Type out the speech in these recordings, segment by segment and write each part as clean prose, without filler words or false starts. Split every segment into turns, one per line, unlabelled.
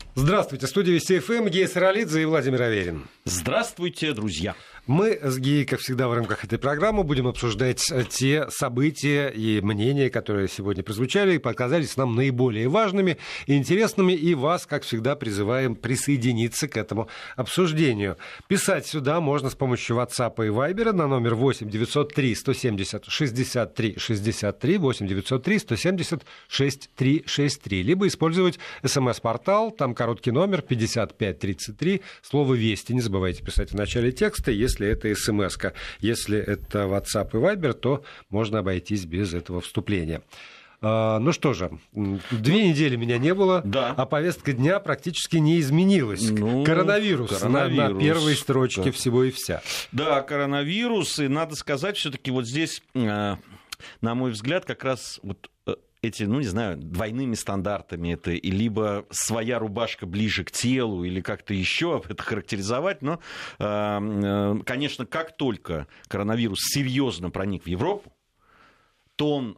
Здравствуйте, студия Вести ФМ, Гея Саралидзе и Владимир Аверин.
Здравствуйте, друзья. Мы
с Геей, как всегда, в рамках этой программы будем обсуждать те события и мнения, которые сегодня прозвучали и показались нам наиболее важными и интересными, и вас, как всегда, призываем присоединиться к этому обсуждению. Писать сюда можно с помощью WhatsApp и Viber на номер 8 903 170 63 63, 8 903 170 63 63, либо использовать СМС-портал, там короткий номер 5533, слово «Вести». Не забывайте писать в начале текста, если это СМС-ка. Если это WhatsApp и Viber, то можно обойтись без этого вступления. Ну что же, 2 недели меня не было, да. А повестка дня практически не изменилась. Коронавирус на первой строчке всего и вся.
Да, коронавирус, и надо сказать, все-таки вот здесь, на мой взгляд, как раз вот эти, не знаю, двойными стандартами это, и либо своя рубашка ближе к телу, или как-то еще это характеризовать, но, конечно, как только коронавирус серьезно проник в Европу, тон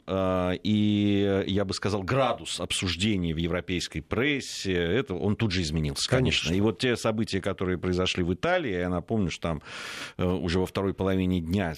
и, я бы сказал, градус обсуждения в европейской прессе, он тут же изменился, конечно. И вот те события, которые произошли в Италии, я напомню, что там уже во второй половине дня,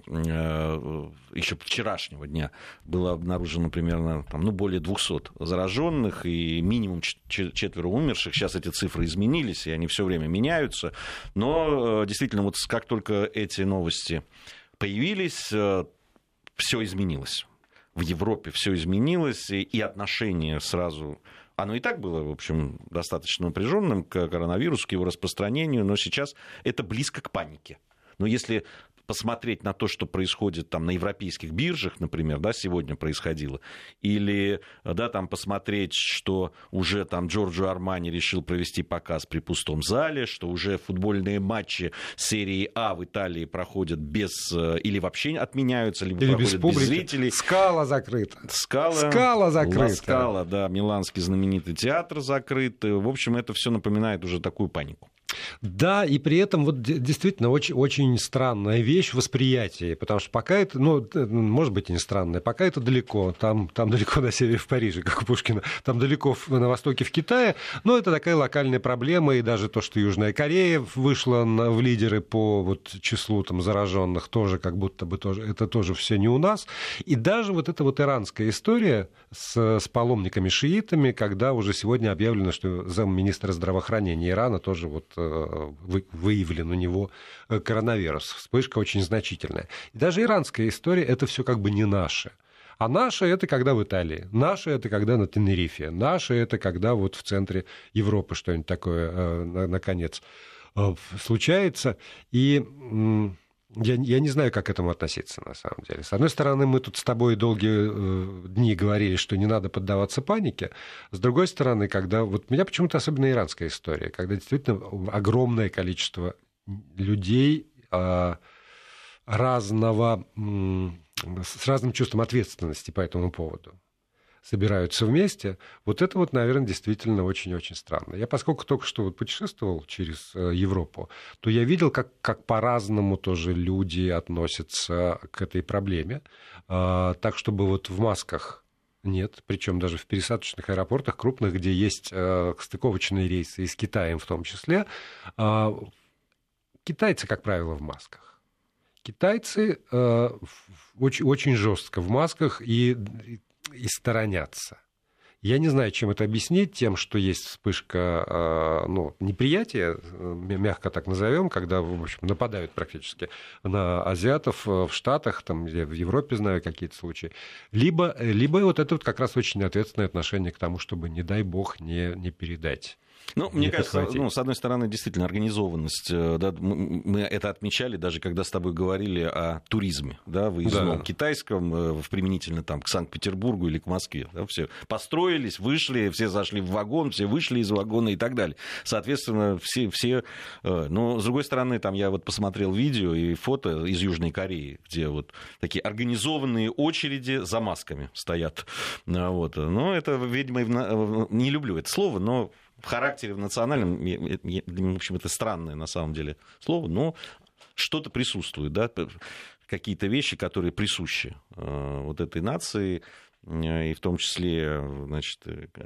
еще вчерашнего дня, было обнаружено примерно более 200 зараженных и минимум 4 умерших. Сейчас эти цифры изменились, и они все время меняются. Но действительно, вот как только эти новости появились, все изменилось. В Европе все изменилось, и отношение сразу... Оно и так было, в общем, достаточно напряженным к коронавирусу, к его распространению, но сейчас это близко к панике. Но если посмотреть на то, что происходит там на европейских биржах, например, да, сегодня происходило, или там посмотреть, что уже там Джорджо Армани решил провести показ при пустом зале, что уже футбольные матчи серии А в Италии проходят без или вообще отменяются, либо проходят без зрителей.
Скала закрыта.
Скала закрыта. Скала, да, миланский знаменитый театр закрыт. В общем, это все напоминает уже такую панику.
Да, и при этом вот действительно очень, очень странная вещь восприятие, потому что пока это, может быть и не странная, пока это далеко, там далеко на севере в Париже, как у Пушкина, там далеко на востоке в Китае, но это такая локальная проблема, и даже то, что Южная Корея вышла в лидеры по числу зараженных, тоже как будто бы это тоже все не у нас, и даже вот эта иранская история с паломниками шиитами, когда уже сегодня объявлено, что замминистра здравоохранения Ирана тоже выявлен у него коронавирус. Вспышка очень значительная. И даже иранская история, это все как бы не наше. А наше это когда в Италии, наше это когда на Тенерифе, наше это когда в центре Европы что-нибудь такое, наконец, случается. И я не знаю, как к этому относиться, на самом деле. С одной стороны, мы тут с тобой долгие дни говорили, что не надо поддаваться панике. С другой стороны, когда... меня почему-то особенно иранская история, когда действительно огромное количество людей с разным чувством ответственности по этому поводу собираются вместе, это наверное, действительно очень-очень странно. Я, поскольку только что путешествовал через Европу, то я видел, как по-разному тоже люди относятся к этой проблеме. Так, чтобы в масках нет, причем даже в пересадочных аэропортах крупных, где есть стыковочные рейсы, и с Китаем в том числе, китайцы, как правило, в масках. Китайцы очень, очень жестко в масках и сторонятся. Я не знаю, чем это объяснить, тем, что есть вспышка неприятия, мягко так назовем, когда, в общем, нападают практически на азиатов в Штатах, я в Европе знаю какие-то случаи, либо это как раз очень ответственное отношение к тому, чтобы, не дай бог, не передать.
Мне кажется, с одной стороны, действительно, организованность. Да, мы это отмечали, даже когда с тобой говорили о туризме, выездном китайском, применительно к Санкт-Петербургу или к Москве. Да, все построились, вышли, все зашли в вагон, все вышли из вагона и так далее. Соответственно, все... Но, с другой стороны, я посмотрел видео и фото из Южной Кореи, где такие организованные очереди за масками стоят. Но это, видимо, не люблю это слово, но... В характере, в национальном, в общем, это странное на самом деле слово, но что-то присутствует, какие-то вещи, которые присущи этой нации, и в том числе,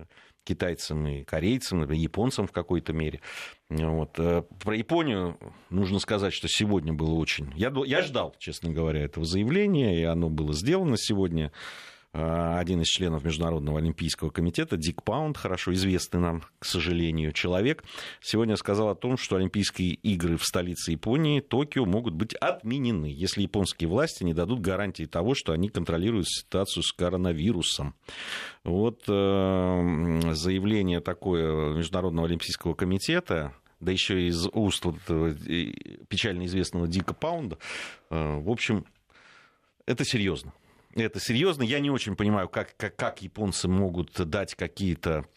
китайцам и корейцам, и японцам в какой-то мере. Вот. Про Японию нужно сказать, что сегодня было очень... Я ждал, честно говоря, этого заявления, и оно было сделано сегодня. Один из членов Международного олимпийского комитета, Дик Паунд, хорошо известный нам, к сожалению, человек, сегодня сказал о том, что Олимпийские игры в столице Японии, Токио, могут быть отменены, если японские власти не дадут гарантии того, что они контролируют ситуацию с коронавирусом. Вот заявление такое Международного олимпийского комитета, да еще из уст вот печально известного Дика Паунда, в общем, это серьезно. Это серьезно. Я не очень понимаю, как японцы могут дать какие-то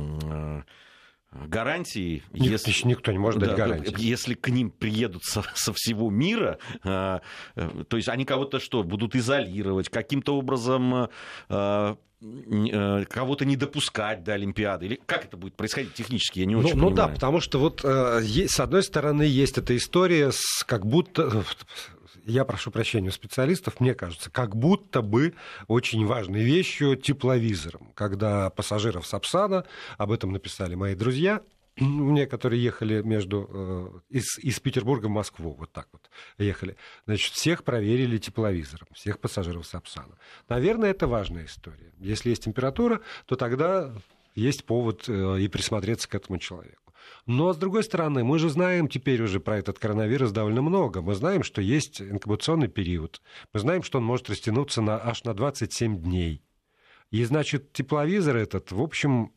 гарантии.
Если никто не может дать гарантии.
Если к ним приедут со всего мира, то есть они кого-то что, будут изолировать, каким-то образом кого-то не допускать до Олимпиады? Или как это будет происходить технически? Я не очень понимаю.
Ну да, потому что вот с одной стороны есть эта история, как будто... Я прошу прощения у специалистов, мне кажется, как будто бы очень важной вещью тепловизором. Когда пассажиров Сапсана, об этом написали мои друзья, мне, которые ехали из Петербурга в Москву, вот так вот ехали, значит, всех проверили тепловизором, всех пассажиров Сапсана. Наверное, это важная история. Если есть температура, то тогда есть повод и присмотреться к этому человеку. Но, с другой стороны, мы же знаем теперь уже про этот коронавирус довольно много. Мы знаем, что есть инкубационный период. Мы знаем, что он может растянуться аж на 27 дней. И, значит, тепловизор этот, в общем,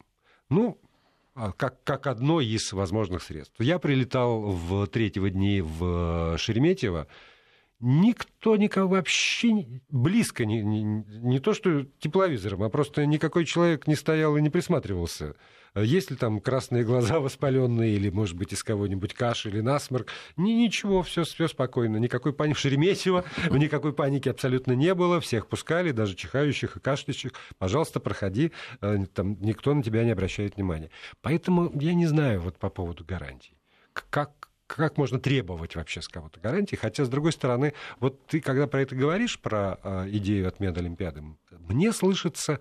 как одно из возможных средств. Я прилетал в 3-го дни в Шереметьево. Никто никого вообще близко, не то что тепловизором, а просто никакой человек не стоял и не присматривался. Есть ли там красные глаза воспаленные, или, может быть, из кого-нибудь кашель или насморк. Ничего, все спокойно. Никакой паники в Шереметьево, никакой паники абсолютно не было. Всех пускали, даже чихающих и кашляющих. Пожалуйста, проходи, там никто на тебя не обращает внимания. Поэтому я не знаю вот по поводу гарантий. Как можно требовать вообще с кого-то гарантии? Хотя, с другой стороны, вот ты, когда про это говоришь, про идею отмены Олимпиады, мне слышится...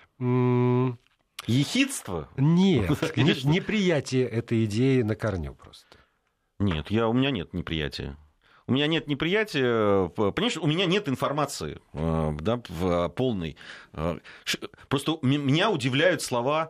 Ехидство?
Нет, неприятие этой идеи на корню просто.
Нет, у меня нет неприятия. У меня нет неприятия, понимаешь, у меня нет информации полной. Просто меня удивляют слова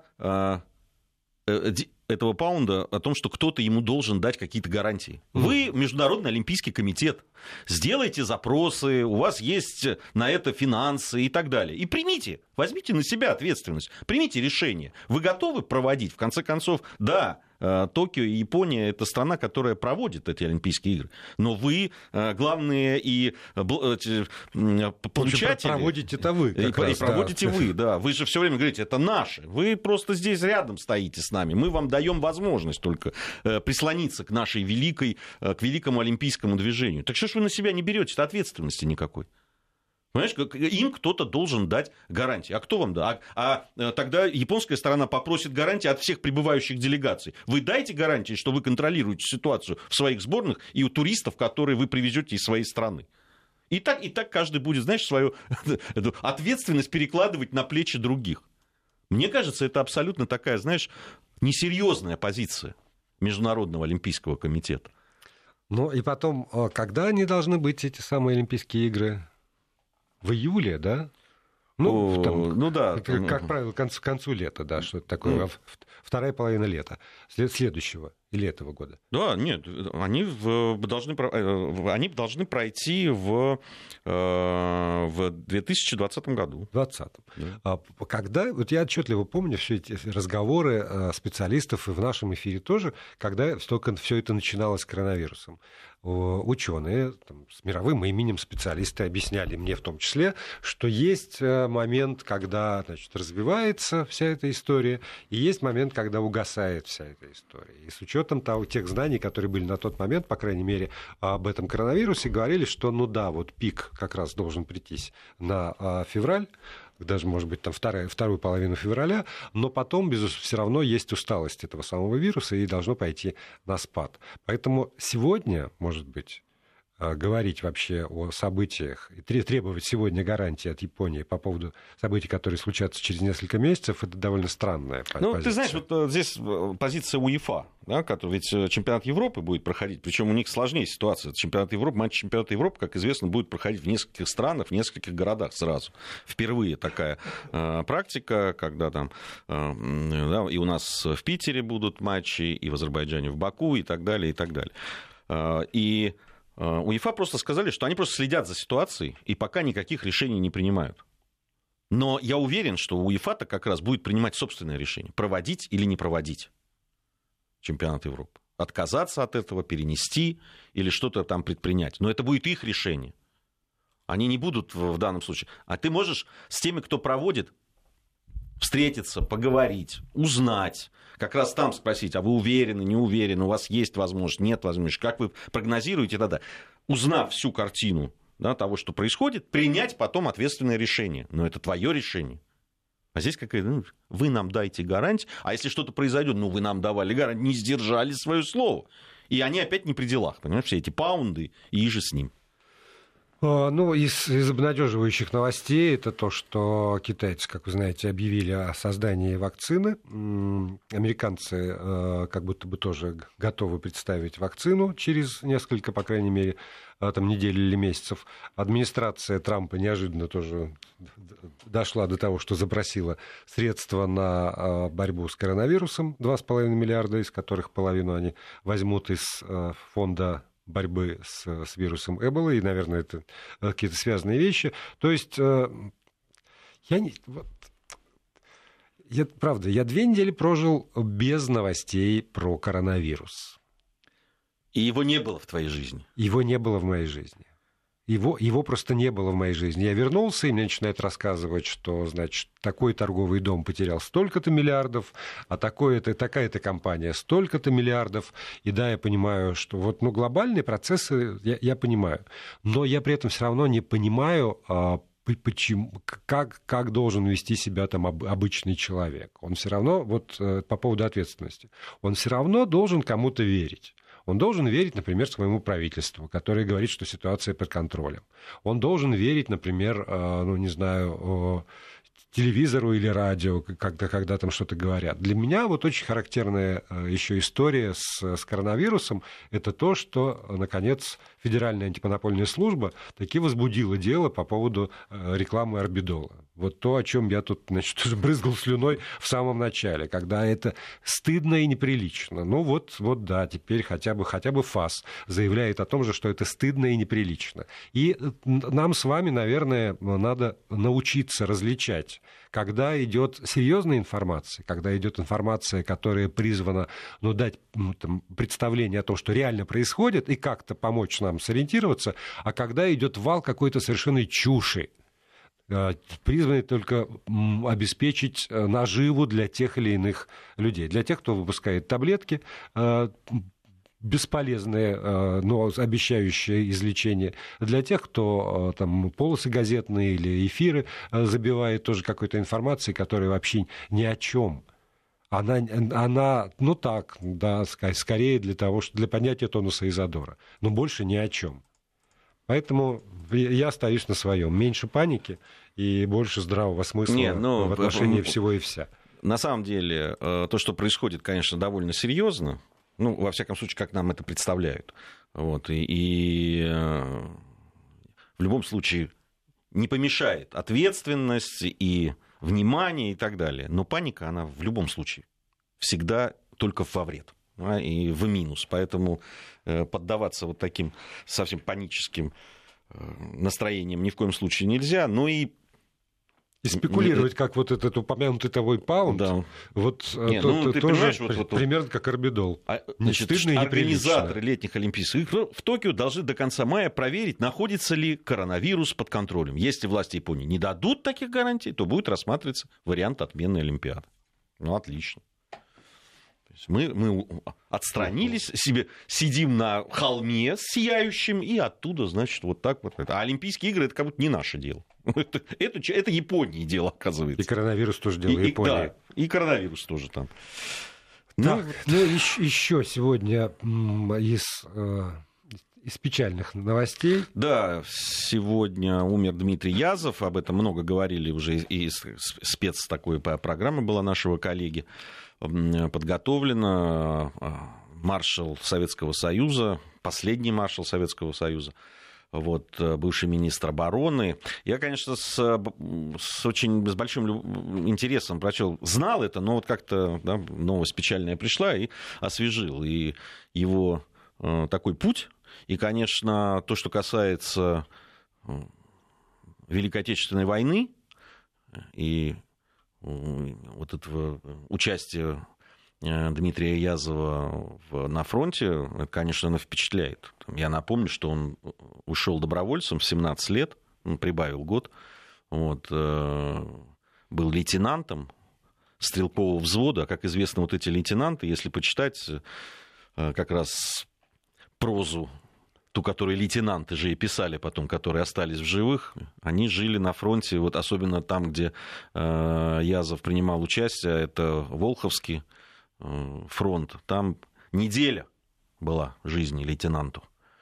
этого Паунда о том, что кто-то ему должен дать какие-то гарантии. Вы, Международный олимпийский комитет, сделайте запросы, у вас есть на это финансы и так далее. И возьмите на себя ответственность, примите решение. Вы готовы проводить? В конце концов, да, Токио и Япония – это страна, которая проводит эти Олимпийские игры. Но вы, главные и получатели...
Проводите-то вы.
И проводите вы, да. Вы же все время говорите, это наше. Вы просто здесь рядом стоите с нами. Мы вам даем возможность только прислониться к нашей к великому олимпийскому движению. Так что ж вы на себя не берете ответственности никакой? Понимаешь, им кто-то должен дать гарантии. А кто вам даст? Тогда японская сторона попросит гарантии от всех прибывающих делегаций. Вы дайте гарантии, что вы контролируете ситуацию в своих сборных и у туристов, которые вы привезете из своей страны. И так каждый будет, знаешь, свою ответственность перекладывать на плечи других. Мне кажется, это абсолютно такая, знаешь, несерьезная позиция Международного олимпийского комитета.
Ну и потом, когда они должны быть, эти самые Олимпийские игры? В июле, да?
Да.
Как правило, к концу лета, да, что-то такое. Вторая половина лета. Следующего или этого года.
Да, нет, они должны пройти в 2020 году.
2020. Да. Когда, вот я отчетливо помню все эти разговоры специалистов и в нашем эфире тоже, когда только все это начиналось с коронавирусом. Ученые с мировым именем специалисты объясняли мне в том числе, что есть момент, когда, значит, развивается вся эта история, и есть момент, когда угасает вся эта история. И с учетом тех знаний, которые были на тот момент, по крайней мере, об этом коронавирусе, говорили, что, вот пик как раз должен прийтись на февраль, даже, может быть, там вторую половину февраля, но потом, все равно есть усталость этого самого вируса и должно пойти на спад. Поэтому сегодня, может быть, говорить вообще о событиях и требовать сегодня гарантии от Японии по поводу событий, которые случатся через несколько месяцев, это довольно странная позиция.
Ты знаешь, вот здесь позиция УЕФА, да, который ведь чемпионат Европы будет проходить, причем у них сложнее ситуация. Чемпионат Европы, матч чемпионата Европы, как известно, будет проходить в нескольких странах, в нескольких городах сразу. Впервые такая практика, когда там да, и у нас в Питере будут матчи, и в Азербайджане, в Баку, и так далее, и так далее. И УЕФА просто сказали, что они просто следят за ситуацией и пока никаких решений не принимают. Но я уверен, что УЕФА-то как раз будет принимать собственное решение, проводить или не проводить чемпионат Европы. Отказаться от этого, перенести или что-то там предпринять. Но это будет их решение. Они не будут в данном случае. А ты можешь с теми, кто проводит, встретиться, поговорить, узнать. Как раз там спросить, а вы уверены, не уверены, у вас есть возможность, нет возможности, как вы прогнозируете тогда, узнав всю картину, да, того, что происходит, принять потом ответственное решение. Но это твое решение. А здесь какая-то, вы нам дайте гарантию, а если что-то произойдет, вы нам давали гарантию, не сдержали свое слово. И они опять не при делах, понимаешь, все эти паунды и иже с ним.
Из обнадеживающих новостей это то, что китайцы, как вы знаете, объявили о создании вакцины. Американцы как будто бы тоже готовы представить вакцину через несколько, по крайней мере, там, недель или месяцев. Администрация Трампа неожиданно тоже дошла до того, что запросила средства на борьбу с коронавирусом, 2,5 миллиарда, из которых половину они возьмут из фонда борьбы с вирусом Эбола, и, наверное, это какие-то связанные вещи. То есть, правда, я 2 недели прожил без новостей про коронавирус.
И его не было в твоей жизни?
Его не было в моей жизни. Его просто не было в моей жизни. Я вернулся, и мне начинают рассказывать, что, значит, такой торговый дом потерял столько-то миллиардов, а такая-то компания столько-то миллиардов. И да, я понимаю, что глобальные процессы я понимаю. Но я при этом все равно не понимаю, почему, как должен вести себя там обычный человек. Он все равно, по поводу ответственности, он все равно должен кому-то верить. Он должен верить, например, своему правительству, которое говорит, что ситуация под контролем. Он должен верить, например, телевизору или радио, когда там что-то говорят. Для меня очень характерная еще история с коронавирусом – это то, что, наконец, Федеральная антимонопольная служба таки возбудила дело по поводу рекламы орбидола. То, о чем я тут, тоже брызгал слюной в самом начале, когда это стыдно и неприлично. Да, теперь хотя бы ФАС заявляет о том же, что это стыдно и неприлично. И нам с вами, наверное, надо научиться различать, когда идет серьезная информация, когда идет информация, которая призвана дать представление о том, что реально происходит, и как-то помочь нам сориентироваться, а когда идет вал какой-то совершенной чуши, призванный только обеспечить наживу для тех или иных людей. Для тех, кто выпускает таблетки, бесполезные, но обещающие излечение. Для тех, кто полосы газетные или эфиры забивает тоже какой-то информацией, которая вообще ни о чем. Она скорее для понятия тонуса Изодора, но больше ни о чем. Поэтому я остаюсь на своем. Меньше паники и больше здравого смысла в отношении всего и вся.
На самом деле, то, что происходит, конечно, довольно серьезно. Во всяком случае, как нам это представляют. И в любом случае не помешает ответственность и внимание и так далее. Но паника, она в любом случае всегда только во вред. И в минус. Поэтому поддаваться таким совсем паническим настроением ни в коем случае нельзя.
И спекулировать, как этот упомянутый тобой паунд,
да.
Ты тоже примерно как орбидол.
Стыдно и организаторы летних Олимпийских игр в Токио должны до конца мая проверить, находится ли коронавирус под контролем. Если власти Японии не дадут таких гарантий, то будет рассматриваться вариант отмены Олимпиады. Отлично. Мы отстранились, сидим на холме сияющем, и оттуда, значит, так. А Олимпийские игры — это как будто не наше дело. Это Японии дело, оказывается.
И коронавирус тоже дело Японии.
Да, и коронавирус тоже там.
Еще сегодня из печальных новостей.
Да, сегодня умер Дмитрий Язов, об этом много говорили уже, и спец такой программы была нашего коллеги подготовлена. Маршал Советского Союза, последний маршал Советского Союза, вот, бывший министр обороны. Я, конечно, с большим интересом прочел, знал это, но вот как-то, да, новость печальная пришла и освежил. И его такой путь, и, конечно, то, что касается Великой Отечественной войны и вот этого участия Дмитрия Язова на фронте, это, конечно, оно впечатляет. Я напомню, что он ушел добровольцем в 17 лет, он прибавил год, вот, был лейтенантом стрелкового взвода. А, как известно, вот эти лейтенанты, если почитать как раз прозу, ту, которую лейтенанты же и писали потом, которые остались в живых, они жили на фронте, вот особенно там, где Язов принимал участие, это Волховский фронт, там неделя была жизни лейтенанту,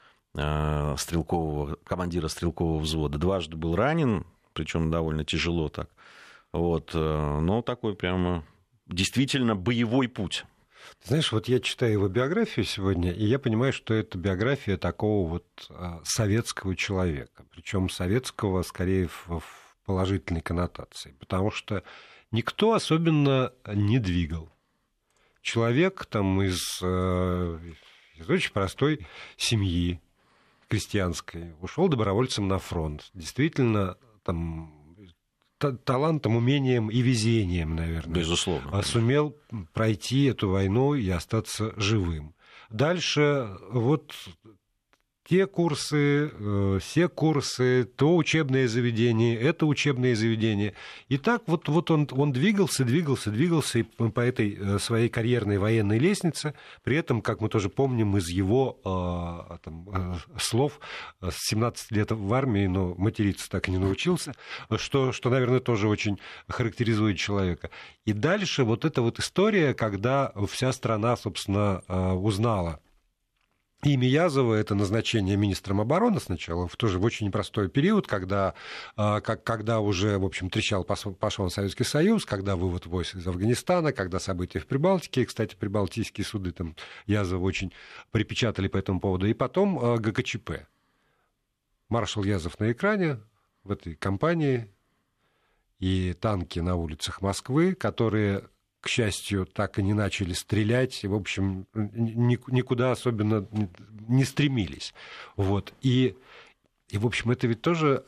командира стрелкового взвода. Дважды был ранен, причем довольно тяжело так. Вот, но такой прямо действительно боевой путь.
Ты знаешь, вот я читаю его биографию сегодня, и я понимаю, что это биография такого вот советского человека, причем советского скорее в положительной коннотации, потому что никто особенно не двигал. Человек там из очень простой семьи крестьянской ушел добровольцем на фронт. Действительно, там талантом, умением и везением, наверное.
Безусловно.
Сумел пройти эту войну и остаться живым. Дальше вот те курсы, все курсы, то учебное заведение, это учебное заведение. И так вот он двигался и по этой своей карьерной военной лестнице, при этом, как мы тоже помним из его слов, с 17 лет в армии, но материться так и не научился, что, наверное, тоже очень характеризует человека. И дальше вот эта вот история, когда вся страна, собственно, узнала имя Язова, это назначение министром обороны сначала, тоже в очень непростой период, когда уже, в общем, трещал пошел Советский Союз, когда вывод войск из Афганистана, когда события в Прибалтике, кстати, прибалтийские суды там Язова очень припечатали по этому поводу, и потом ГКЧП. Маршал Язов на экране в этой кампании, и танки на улицах Москвы, которые, к счастью, так и не начали стрелять, и, в общем, никуда особенно не стремились. Вот. И в общем, это ведь тоже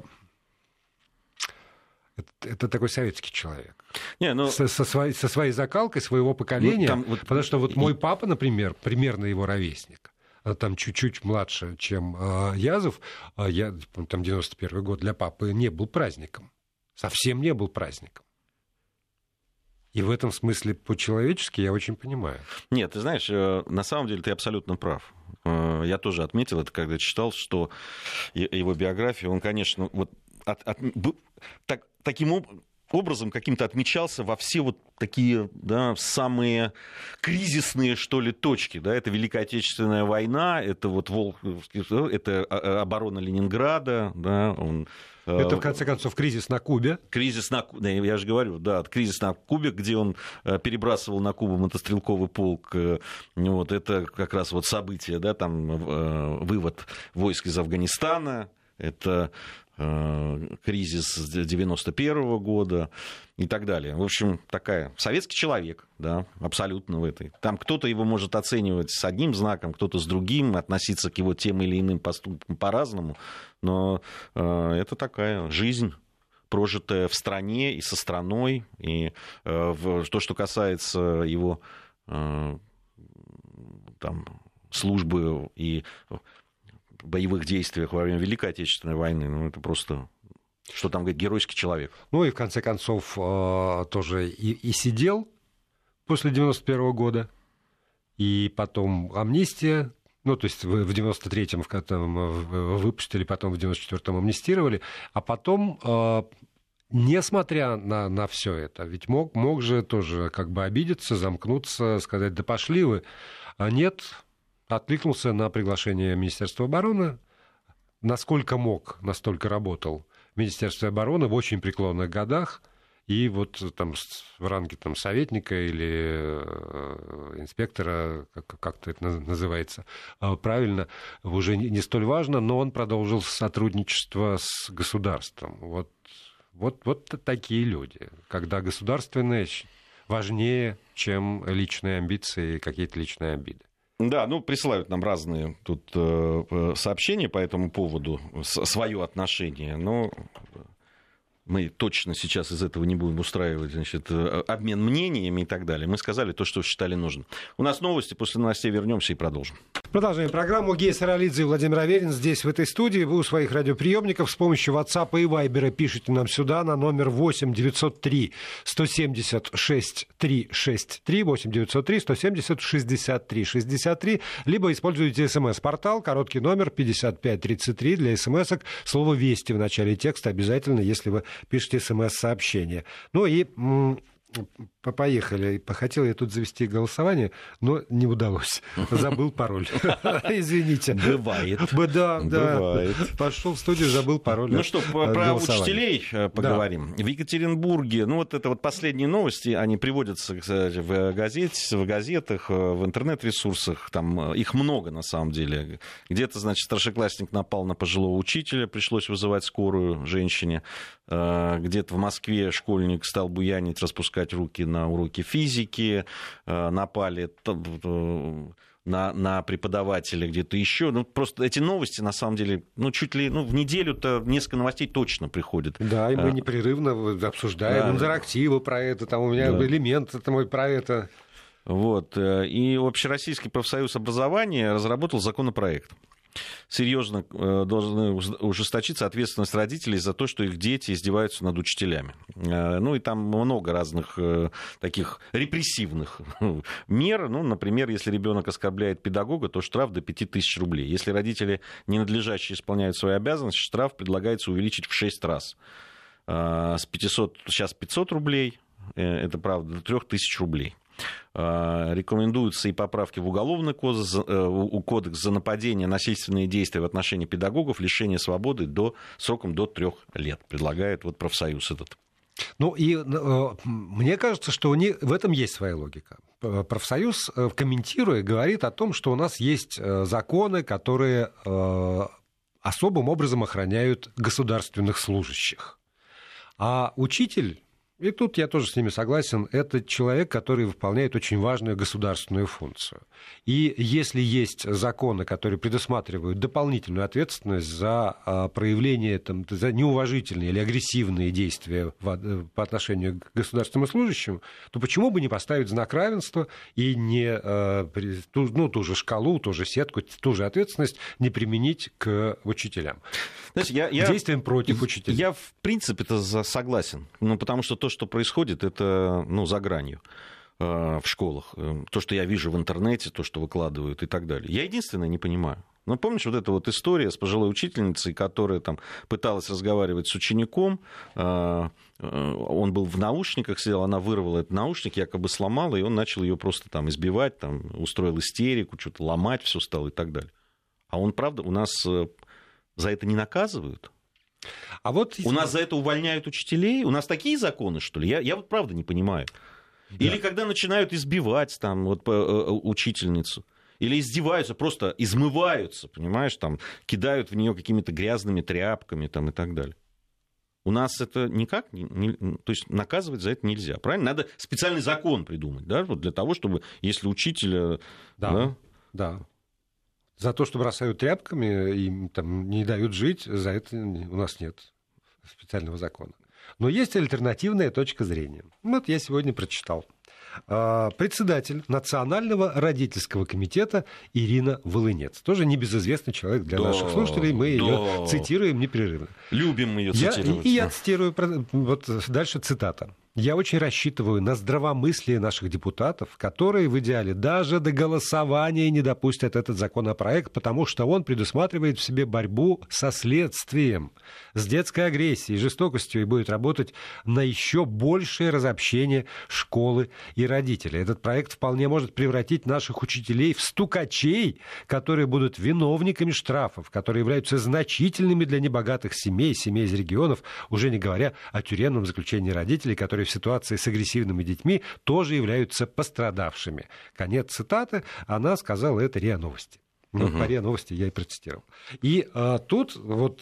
это такой советский человек. Не, ну... со своей закалкой своего поколения. Ну, там, вот... Потому что вот мой папа, например, примерно его ровесник, там чуть-чуть младше, чем Язов, там 91 год для папы не был праздником. Совсем не был праздником. И в этом смысле по-человечески я очень понимаю.
Нет, ты знаешь, на самом деле ты абсолютно прав. Я тоже отметил это, когда читал, что его биографию, он, конечно, вот таким образом каким-то отмечался во все вот такие, да, самые кризисные, что ли, точки. Да? Это Великая Отечественная война, это вот это оборона Ленинграда, да,
это, в конце концов, кризис на Кубе.
Я же говорю, да, кризис на Кубе, где он перебрасывал на Кубу мотострелковый полк. Вот, это как раз вот событие, да, там вывод войск из Афганистана, это кризис 91 года и так далее. В общем, такая советский человек, да, абсолютно в этой. Там кто-то его может оценивать с одним знаком, кто-то с другим, относиться к его тем или иным поступкам по-разному, но это такая жизнь, прожитая в стране и со страной, и то, что касается его там, службы и боевых действиях во время Великой Отечественной войны, ну, это просто, что там говорит, геройский человек. Ну, и в конце концов тоже и сидел после 91 года, и потом амнистия, ну, то есть в 93-м выпустили, потом в 94-м амнистировали, а потом, несмотря на все это, ведь мог же тоже как бы обидеться, замкнуться, сказать, да пошли вы, а нет...
откликнулся на приглашение Министерства обороны. Насколько мог, настолько работал в Министерстве обороны в очень преклонных годах. И вот там в ранге там, советника или инспектора, как-то это называется правильно, уже не столь важно, но он продолжил сотрудничество с государством. Вот такие люди, когда государственное важнее, чем личные амбиции и какие-то личные обиды.
Да, присылают нам разные тут сообщения по этому поводу, свое отношение, но мы точно сейчас из этого не будем устраивать, значит, обмен мнениями и так далее. Мы сказали то, что считали нужным. У нас новости, после новостей вернемся и продолжим.
Продолжаем программу. Гея Саралидзе и Владимир Аверин здесь, в этой студии. Вы у своих радиоприемников с помощью WhatsApp и Viber пишите нам сюда на номер 8 903 176 363, 8 903 170 63 63, либо используйте смс-портал, короткий номер 5533 для смс-ок, слово «Вести» в начале текста обязательно, если вы пишите смс-сообщение. Поехали. Хотел я тут завести голосование, но не удалось. Забыл пароль. Извините.
Бывает.
Да. Пошел в студию, забыл пароль.
Ну что, про учителей поговорим. Да. В Екатеринбурге, это последние новости, они приводятся, кстати, в газетах, в интернет-ресурсах. Там их много, на самом деле. Где-то, старшеклассник напал на пожилого учителя, пришлось вызывать скорую женщине. Где-то в Москве школьник стал буянить, распускать руки на уроки физики, напали на преподавателя где-то еще. Просто эти новости, на самом деле, чуть ли в неделю-то несколько новостей точно приходит.
Да, и мы непрерывно обсуждаем интерактивы про это, там у меня элемент мой про это.
И Общероссийский профсоюз образования разработал законопроект. Серьезно должны ужесточиться ответственность родителей за то, что их дети издеваются над учителями. И там много разных таких репрессивных мер. Например, если ребенок оскорбляет педагога, то штраф до 5000 рублей. Если родители ненадлежаще исполняют свои обязанности, штраф предлагается увеличить в 6 раз. С 500, сейчас 500 рублей, это правда, до 3000 рублей. Рекомендуются и поправки в Уголовный кодекс за нападение, насильственные действия в отношении педагогов, лишение свободы сроком до 3 лет. Предлагает профсоюз этот.
Мне кажется, что в этом есть своя логика. Профсоюз, комментируя, говорит о том, что у нас есть законы, которые особым образом охраняют государственных служащих. А учитель... И тут я тоже с ними согласен, это человек, который выполняет очень важную государственную функцию. И если есть законы, которые предусматривают дополнительную ответственность за проявление, за неуважительные или агрессивные действия по отношению к государственным служащим, то почему бы не поставить знак равенства и не ту же шкалу, ту же сетку, ту же ответственность не применить к учителям?
Знаете,
действием против учителей.
Я, в принципе-то, согласен. Потому что то, что происходит, это за гранью в школах. То, что я вижу в интернете, то, что выкладывают и так далее. Я единственное не понимаю. Помнишь эта история с пожилой учительницей, которая пыталась разговаривать с учеником, он был в наушниках сидел, она вырвала этот наушник, якобы сломала, и он начал ее просто избивать, устроил истерику, что-то ломать все стал и так далее. А он, правда, у нас за это не наказывают? У нас за это увольняют учителей? У нас такие законы, что ли? Я правда не понимаю. Да. Или когда начинают избивать учительницу, или издеваются, просто измываются, понимаешь, кидают в нее какими-то грязными тряпками и так далее. У нас это никак, то есть наказывать за это нельзя, правильно? Надо специальный закон придумать, да, для того, чтобы, если учителя...
Да. За то, что бросают тряпками и не дают жить, за это у нас нет специального закона. Но есть альтернативная точка зрения. Я сегодня прочитал. Председатель Национального родительского комитета Ирина Волынец. Тоже небезызвестный человек для наших слушателей. Мы ее цитируем непрерывно.
Любим ее цитировать.
Я цитирую, дальше цитата. Я очень рассчитываю на здравомыслие наших депутатов, которые в идеале даже до голосования не допустят этот законопроект, потому что он предусматривает в себе борьбу со следствием, с детской агрессией, жестокостью и будет работать на еще большее разобщение школы и родителей. Этот проект вполне может превратить наших учителей в стукачей, которые будут виновниками штрафов, которые являются значительными для небогатых семей из регионов, уже не говоря о тюремном заключении родителей, которые в ситуации с агрессивными детьми тоже являются пострадавшими. Конец цитаты. Она сказала это РИА Новости. Вот по РИА Новости я и процитировал. И тут вот...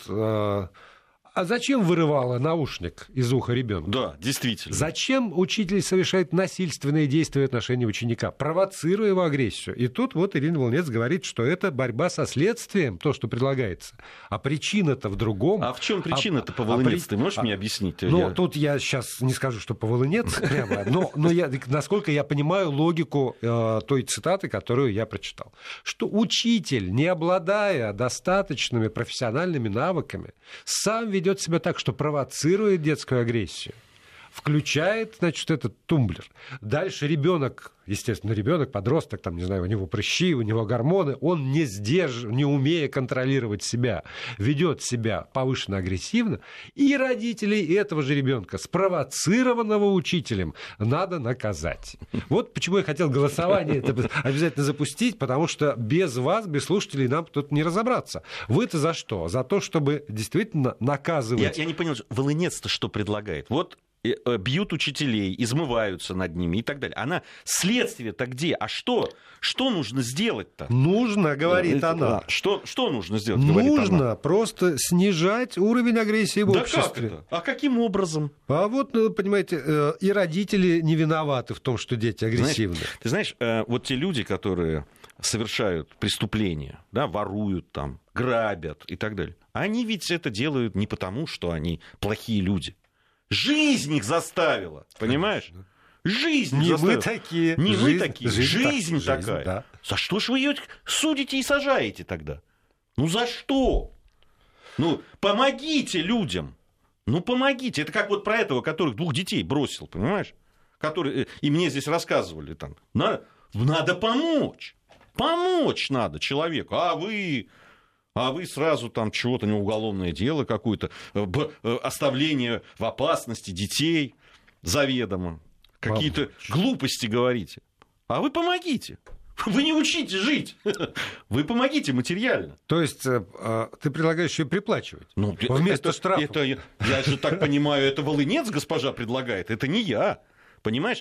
А зачем вырывала наушник из уха ребенка?
Да, действительно.
Зачем учитель совершает насильственные действия в отношении ученика, провоцируя его агрессию? И тут вот Ирина Волынец говорит, что это борьба со следствием, то, что предлагается. А причина-то в другом.
А в чем причина-то по Волынец? Ты можешь мне объяснить?
Ну, тут я сейчас не скажу, что по Волынец прямо, но я, насколько я понимаю логику той цитаты, которую я прочитал. Что учитель, не обладая достаточными профессиональными навыками, сам ведет себя так, что провоцирует детскую агрессию, включает, значит, этот тумблер. Дальше ребенок, естественно, ребенок, подросток, там, не знаю, у него прыщи, у него гормоны, он не умея контролировать себя, ведет себя повышенно агрессивно, и родителей этого же ребенка, спровоцированного учителем, надо наказать. Вот почему я хотел голосование это обязательно запустить, потому что без вас, без слушателей, нам тут не разобраться. Вы-то за что? За то, чтобы действительно наказывать.
Я не понял, Волынец-то что предлагает? Вот бьют учителей, измываются над ними и так далее. Она следствие-то где? А что нужно сделать-то?
Нужно, говорит она.
Что нужно сделать, говорит она?
Нужно просто снижать уровень агрессии в обществе.
Как это? А каким образом?
А вот, понимаете, и родители не виноваты в том, что дети агрессивны.
Ты знаешь, вот те люди, которые совершают преступления, да, воруют там, грабят и так далее, они ведь это делают не потому, что они плохие люди. Жизнь их заставила, понимаешь? Жизнь
не
заставила.
Мы такие.
Не
жизнь,
мы такие. Жизнь
такая.
такая.
Да.
За что ж вы ее судите и сажаете тогда? Ну за что? Ну помогите людям. Ну помогите. Это как вот про этого, который 2 детей бросил, понимаешь? Который, и мне здесь рассказывали там. Надо помочь. Помочь надо человеку. А вы сразу там чего-то, не уголовное дело какое-то, оставление в опасности детей заведомо. Какие-то глупости говорите. А вы помогите. Вы не учите жить. Вы помогите материально.
То есть ты предлагаешь ее приплачивать?
Ну,
вместо штрафа.
Я же так понимаю, это Волынец госпожа предлагает. Это не я. Понимаешь?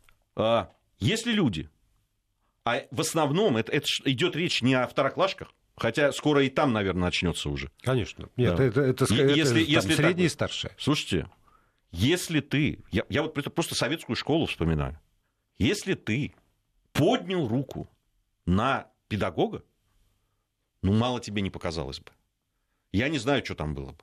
Если люди... А в основном это идет речь не о второклашках, хотя скоро и там, наверное, начнется уже.
Конечно. Нет,
да.
это среднее и старшее.
Слушайте, если ты... Я вот просто советскую школу вспоминаю. Если ты поднял руку на педагога, ну, мало тебе не показалось бы. Я не знаю, что там было бы.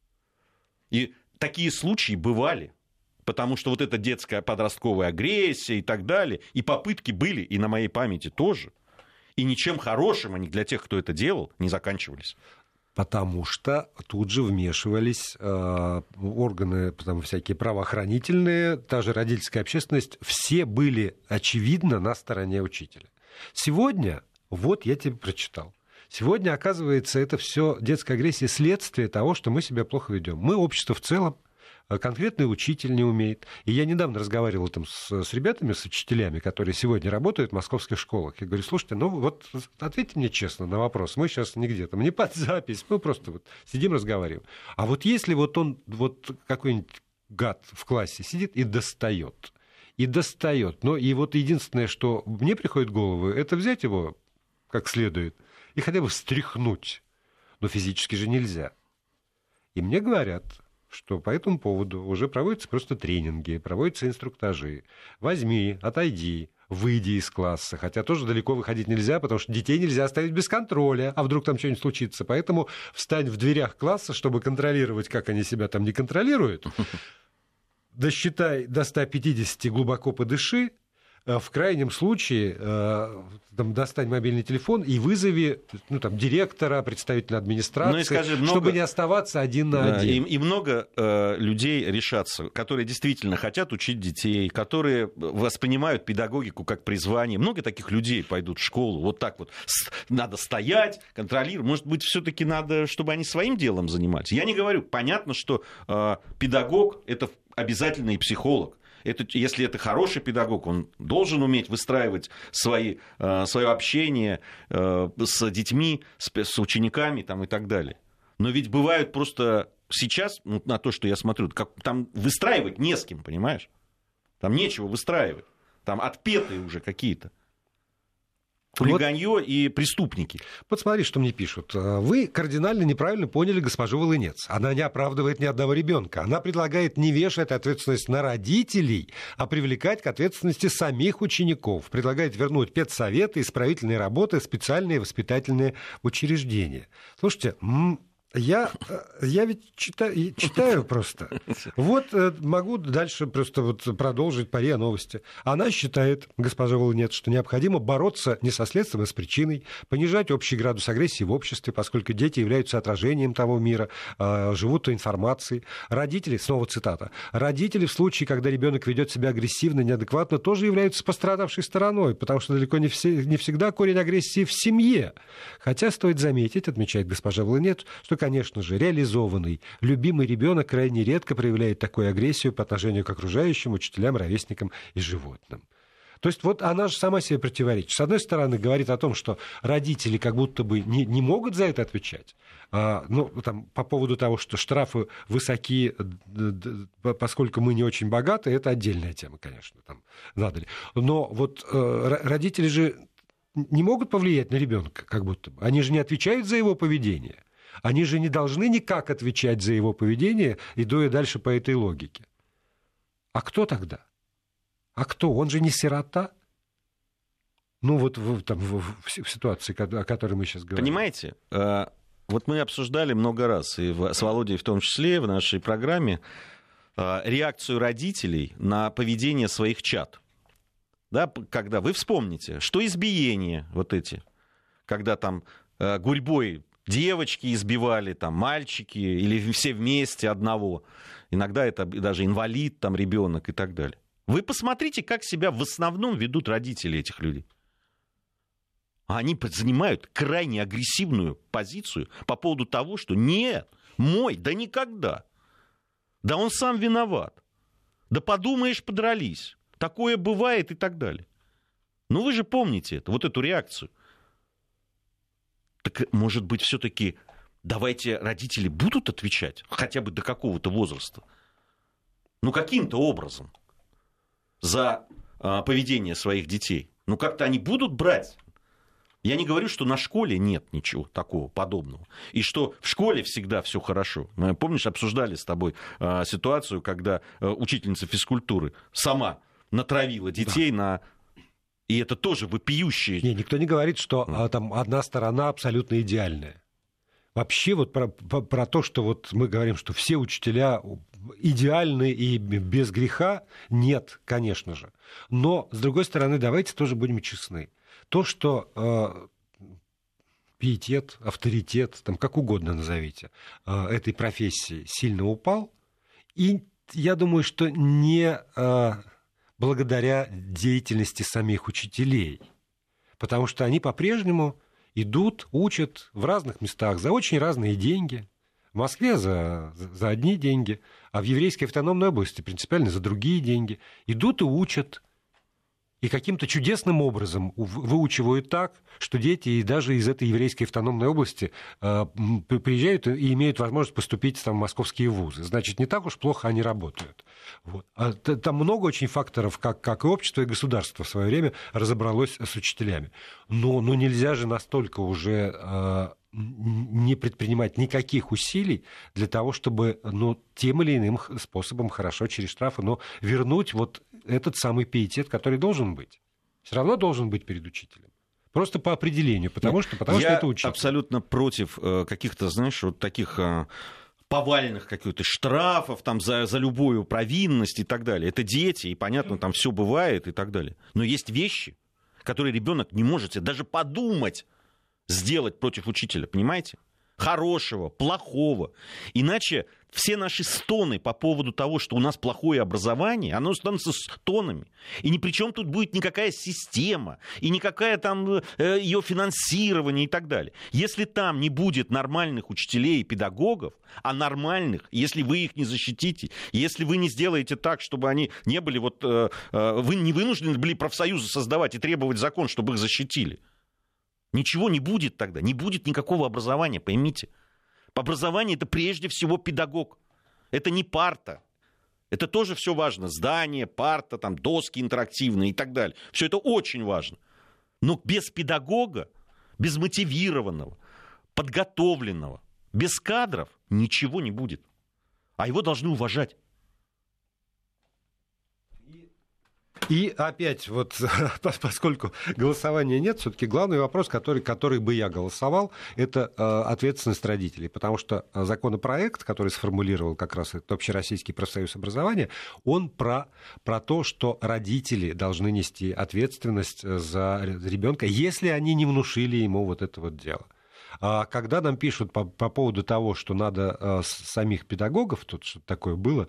И такие случаи бывали. Потому что вот эта детская подростковая агрессия и так далее, и попытки были, и на моей памяти тоже. И ничем хорошим они для тех, кто это делал, не заканчивались.
Потому что тут же вмешивались органы, там, всякие правоохранительные, та же родительская общественность. Все были, очевидно, на стороне учителя. Сегодня, вот я тебе прочитал. Сегодня, оказывается, это все детская агрессия следствие того, что мы себя плохо ведем. Мы, общество в целом, конкретный учитель не умеет. И я недавно разговаривал там с ребятами, с учителями, которые сегодня работают в московских школах. Я говорю, слушайте, ну вот ответьте мне честно на вопрос. Мы сейчас нигде там, не под запись, мы просто вот сидим, разговариваем. А вот если вот он, вот какой-нибудь гад в классе сидит и достает. Ну и вот единственное, что мне приходит в голову, это взять его как следует и хотя бы встряхнуть. Но физически же нельзя. И мне говорят, что по этому поводу уже проводятся просто тренинги, проводятся инструктажи. Возьми, отойди, выйди из класса. Хотя тоже далеко выходить нельзя, потому что детей нельзя оставить без контроля, а вдруг там что-нибудь случится. Поэтому встань в дверях класса, чтобы контролировать, как они себя там не контролируют. Досчитай до 150, глубоко подыши, в крайнем случае достань мобильный телефон и вызови директора, представителя администрации, скажи, чтобы не оставаться один на один.
И много людей решатся, которые действительно хотят учить детей, которые воспринимают педагогику как призвание. Много таких людей пойдут в школу. Вот так вот надо стоять, контролировать. Может быть, все-таки надо, чтобы они своим делом занимались. Я не говорю. Понятно, что педагог — это обязательно и психолог. Если это хороший педагог, он должен уметь выстраивать свое общение с детьми, с учениками и так далее. Но ведь бывают просто сейчас, на то, что я смотрю, там выстраивать не с кем, понимаешь? Там нечего выстраивать. Там отпетые уже какие-то. Хулиганье и преступники.
Вот смотри, что мне пишут. Вы кардинально неправильно поняли госпожу Волынец. Она не оправдывает ни одного ребенка. Она предлагает не вешать ответственность на родителей, а привлекать к ответственности самих учеников. Предлагает вернуть педсоветы, исправительные работы, специальные воспитательные учреждения. Слушайте, я ведь читаю просто. Вот могу дальше просто продолжить по РИА Новости. Она считает, госпожа Волынец, что необходимо бороться не со следствием, а с причиной, понижать общий градус агрессии в обществе, поскольку дети являются отражением того мира, живут той информацией. Родители, снова цитата, родители в случае, когда ребенок ведет себя агрессивно, неадекватно, тоже являются пострадавшей стороной, потому что далеко не всегда корень агрессии в семье. Хотя стоит заметить, отмечает госпожа Волынец, что, конечно же, реализованный, любимый ребенок крайне редко проявляет такую агрессию по отношению к окружающим, учителям, ровесникам и животным. То есть вот она же сама себе противоречит. С одной стороны, говорит о том, что родители как будто бы не могут за это отвечать. По поводу того, что штрафы высоки, поскольку мы не очень богаты, это отдельная тема, конечно. Надо ли. Но вот родители же не могут повлиять на ребенка, как будто бы. Они же не отвечают за его поведение. Они же не должны никак отвечать за его поведение, идя дальше по этой логике. А кто тогда? А кто? Он же не сирота. Вот в ситуации, о которой мы сейчас говорим.
Понимаете, вот мы обсуждали много раз, и с Володей в том числе, в нашей программе, реакцию родителей на поведение своих чад. Да, когда вы вспомните, что избиения вот эти, когда там гурьбой девочки избивали, мальчики, или все вместе одного. Иногда это даже инвалид, ребенок и так далее. Вы посмотрите, как себя в основном ведут родители этих людей. Они занимают крайне агрессивную позицию по поводу того, что нет, мой, да никогда. Да он сам виноват. Да подумаешь, подрались. Такое бывает и так далее. Вы же помните это, вот эту реакцию. Так, может быть, все-таки давайте родители будут отвечать хотя бы до какого-то возраста? Каким-то образом за поведение своих детей. Как-то они будут брать. Я не говорю, что на школе нет ничего такого подобного. И что в школе всегда все хорошо. Мы, помнишь, обсуждали с тобой ситуацию, когда учительница физкультуры сама натравила детей на... И это тоже вопиющее.
Никто не говорит, что одна сторона абсолютно идеальная. Вообще про то, что мы говорим, что все учителя идеальны и без греха, нет, конечно же. Но, с другой стороны, давайте тоже будем честны. То, что пиетет, авторитет, как угодно назовите, этой профессии сильно упал, и я думаю, что не... благодаря деятельности самих учителей. Потому что они по-прежнему идут, учат в разных местах за очень разные деньги. В Москве за одни деньги, а в еврейской автономной области принципиально за другие деньги. Идут и учат. И каким-то чудесным образом выучивают так, что дети и даже из этой еврейской автономной области приезжают и имеют возможность поступить в московские вузы. Значит, не так уж плохо они работают. Там много очень факторов, как и общество, и государство в свое время разобралось с учителями. Но нельзя же настолько уже не предпринимать никаких усилий для того, чтобы тем или иным способом, хорошо, через штрафы, но вернуть этот самый пиетет, который должен быть. Все равно должен быть перед учителем. Просто по определению, потому что это учитель.
Я абсолютно против каких-то, таких повальных каких-то штрафов там, за любую провинность и так далее. Это дети, и понятно, там все бывает и так далее. Но есть вещи, которые ребенок не может себе даже подумать сделать против учителя, понимаете? Хорошего, плохого. Иначе все наши стоны по поводу того, что у нас плохое образование, оно становится стонами. И ни при чем тут будет никакая система, и никакая там ее финансирование и так далее. Если там не будет нормальных учителей и педагогов, а нормальных, если вы их не защитите, если вы не сделаете так, чтобы они не были, вы не вынуждены были профсоюзы создавать и требовать закон, чтобы их защитили, ничего не будет тогда, не будет никакого образования, поймите. Образование — это прежде всего педагог. Это не парта. Это тоже все важно. Здание, парта, там, доски интерактивные и так далее. Все это очень важно. Но без педагога, без мотивированного, подготовленного, без кадров ничего не будет. А его должны уважать.
И опять, вот, поскольку голосования нет, все-таки главный вопрос, который бы я голосовал, это ответственность родителей. Потому что законопроект, который сформулировал как раз этот Общероссийский профсоюз образования, он про то, что родители должны нести ответственность за ребенка, если они не внушили ему вот это вот дело. Когда нам пишут по поводу того, что надо самих педагогов, тут что-то такое было,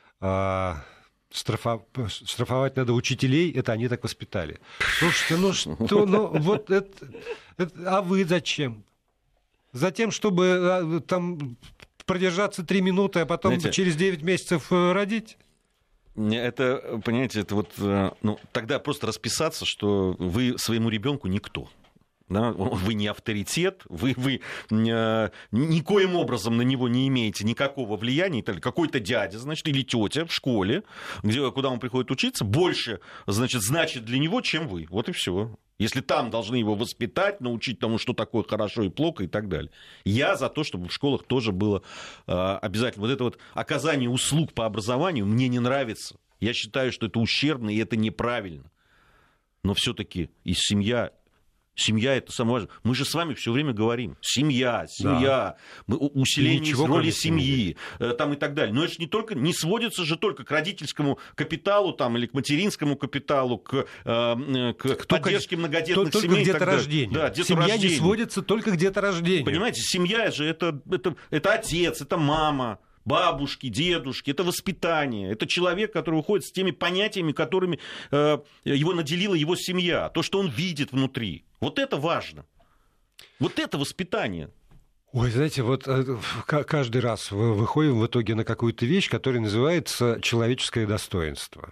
штрафовать надо учителей, это они так воспитали. Слушайте, вот это, а вы зачем? Затем, чтобы там продержаться 3 минуты, а потом, знаете, через 9 месяцев родить?
Это, понимаете, это вот, тогда просто расписаться, что вы своему ребенку никто. Да, вы не авторитет, вы никоим образом на него не имеете никакого влияния. Какой-то дядя, значит, или тетя в школе, куда он приходит учиться, больше, значит для него, чем вы. Вот и все. Если там должны его воспитать, научить тому, что такое хорошо и плохо и так далее. Я за то, чтобы в школах тоже было обязательно. Вот это вот оказание услуг по образованию мне не нравится. Я считаю, что это ущербно и это неправильно. Но все-таки и семья это самое важное. Мы же с вами все время говорим. Семья, да. Усиление роли семьи там, и так далее. Но это же не сводится же только к родительскому капиталу там, или к материнскому капиталу, к поддержке многодетных
только
семей.
Только к деторождению.
Да,
семья не сводится только к деторождению.
Понимаете, семья же это отец, это мама, бабушки, дедушки, это воспитание, это человек, который уходит с теми понятиями, которыми его наделила его семья, то, что он видит внутри. Вот это важно. Вот это воспитание.
Ой, знаете, вот каждый раз выходим в итоге на какую-то вещь, которая называется человеческое достоинство.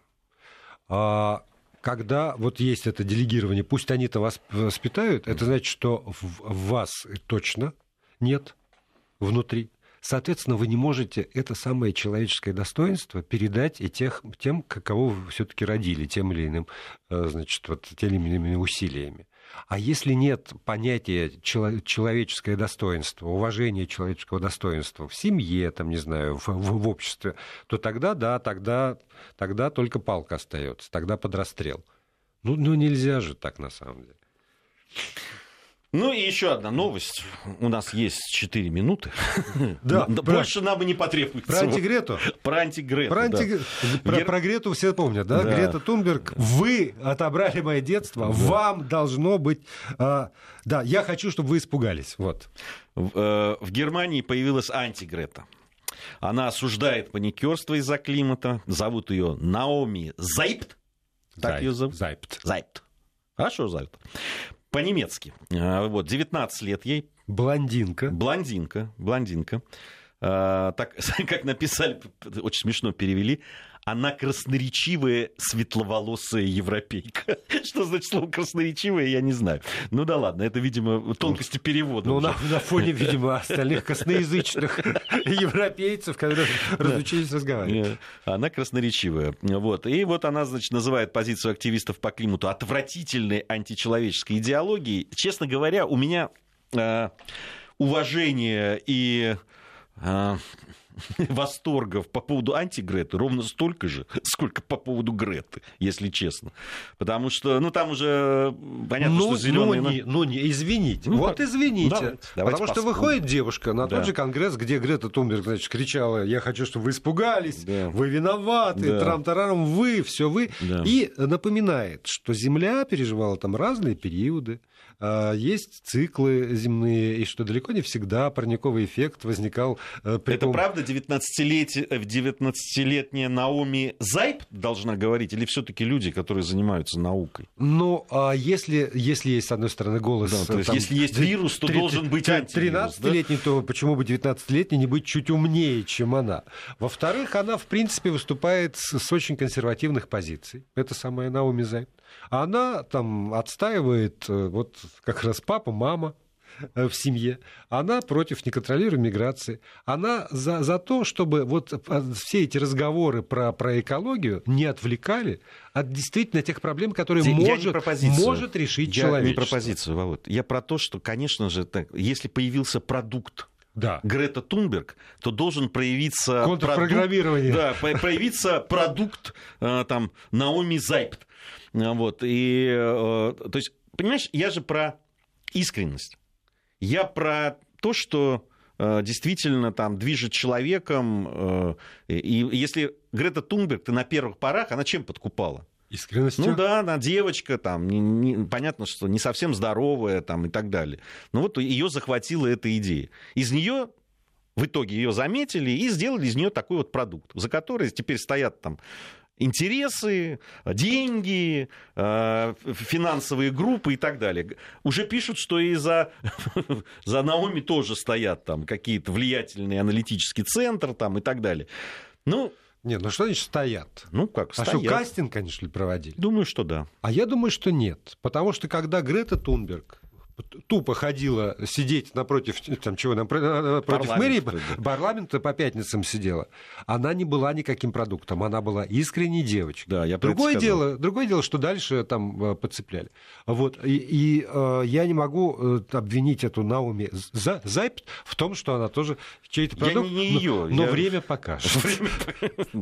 Когда вот есть это делегирование, пусть они-то вас воспитают, это значит, что в вас точно нет внутри. Соответственно, вы не можете это самое человеческое достоинство передать и тем, кого вы все-таки родили, тем или иным, значит, вот, теми или иными усилиями. А если нет понятия человеческое достоинство, уважения человеческого достоинства в семье, там, не знаю, в обществе, то тогда только палка остается, тогда под расстрел. Ну, нельзя же так, на самом деле.
Ну и еще одна новость. У нас есть 4 минуты.
Да,
больше нам и не потребуется.
Про антигрету?
Про антигрету,
Про Грету все помнят, да? Грета Тунберг. Вы отобрали мое детство, вам должно быть... Да, я хочу, чтобы вы испугались. Вот.
В Германии появилась антигрета. Она осуждает паникерство из-за климата. Зовут ее Наоми Зайпт. Так ее зовут? Зайпт. Хорошо, Зайпт. По-немецки. Вот, 19 лет ей.
Блондинка.
Так, как написали, очень смешно перевели. Она красноречивая светловолосая европейка. Что значит слово красноречивая, я не знаю. Ну да ладно, это, видимо, тонкости перевода.
Ну, на фоне, видимо, остальных косноязычных европейцев, которые разучились разговаривать.
Она красноречивая. Вот. И вот она, значит, называет позицию активистов по климату отвратительной античеловеческой идеологией. Честно говоря, у меня уважение и... восторгов по поводу антигреты ровно столько же, сколько по поводу Греты, если честно. Потому что, там уже понятно, что зеленые...
Извините. Извините. Потому что выходит девушка на тот же конгресс, где Грета Тунберг, значит, кричала: я хочу, чтобы вы испугались, вы виноваты, трам-тарарам, все вы. И напоминает, что Земля переживала там разные периоды, есть циклы земные, и что далеко не всегда парниковый эффект возникал...
Это правда 19-летняя Наоми Зайп должна говорить, или все-таки люди, которые занимаются наукой?
Если есть, с одной стороны, голос...
то есть, если есть вирус, то должен быть антивирус.
13-летний, то почему бы 19-летний не быть чуть умнее, чем она? Во-вторых, она, в принципе, выступает с очень консервативных позиций. Это самая Наоми Зайп. Она там отстаивает как раз папа, мама в семье. Она против неконтролируемой миграции. Она за то, чтобы все эти разговоры про экологию не отвлекали от действительно тех проблем, которые может решить человечество.
Я не про позицию, Володь. Я про то, что, конечно же, если появился продукт, Грета Тунберг, то должен проявиться
контрпрограммирование.
Проявиться продукт Наоми Зайп. То есть, понимаешь, я же про искренность. Я про то, что действительно там движет человеком. И если Грета Тунберг, ты на первых порах, она чем подкупала?
Искренностью?
Она девочка, понятно, что не совсем здоровая и так далее. Но ее захватила эта идея. Из нее в итоге ее заметили и сделали из нее такой продукт, за который теперь стоят интересы, деньги, финансовые группы и так далее. Уже пишут, что и за Наоми тоже стоят какие-то влиятельные аналитические центры и так далее.
Что значит стоят?
Как стоят?
Что, кастинг, конечно ли, проводили?
Думаю, что да.
А я думаю, что нет. Потому что когда Грета Тунберг тупо ходила сидеть напротив мэрии, парламента по пятницам сидела, она не была никаким продуктом, она была искренней девочкой.
Да, я
другое дело, что дальше подцепляли. Я не могу обвинить эту Наоми Зайп в том, что она тоже чей-то продукт,
я не ее.
Но время покажет.